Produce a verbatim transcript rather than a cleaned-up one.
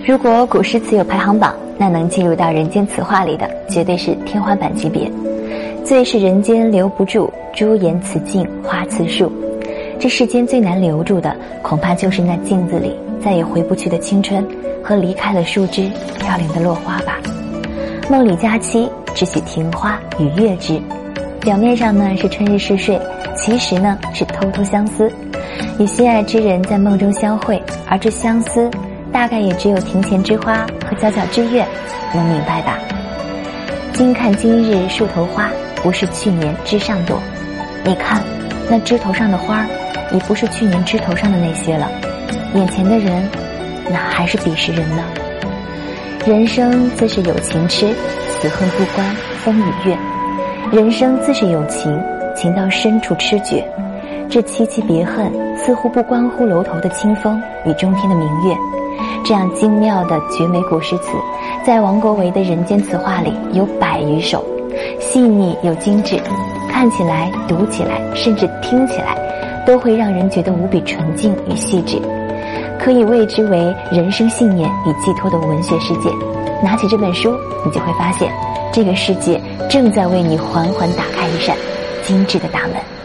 如果古诗词有排行榜，那能进入到人间词话里的绝对是天花板级别。最是人间留不住，朱颜辞镜花辞树。这世间最难留住的，恐怕就是那镜子里再也回不去的青春和离开了树枝飘零的落花吧。梦里佳期，只许庭花与月知。表面上呢是春日嗜睡，其实呢是偷偷相思，与心爱之人在梦中相会，而这相思大概也只有庭前之花和皎皎之月能明白吧。今看今日树头花，不是去年枝上朵。你看那枝头上的花，已不是去年枝头上的那些了。眼前的人，哪还是彼时人呢？人生自是有情痴，死恨不关风与月。人生自是有情，情到深处痴绝。这凄凄别恨，似乎不关乎楼头的清风与中天的明月。这样精妙的绝美古诗词，在王国维的人间词话里有百余首，细腻又精致，看起来、读起来，甚至听起来，都会让人觉得无比纯净与细致，可以谓之为人生信念与寄托的文学世界。拿起这本书，你就会发现，这个世界正在为你缓缓打开一扇精致的大门。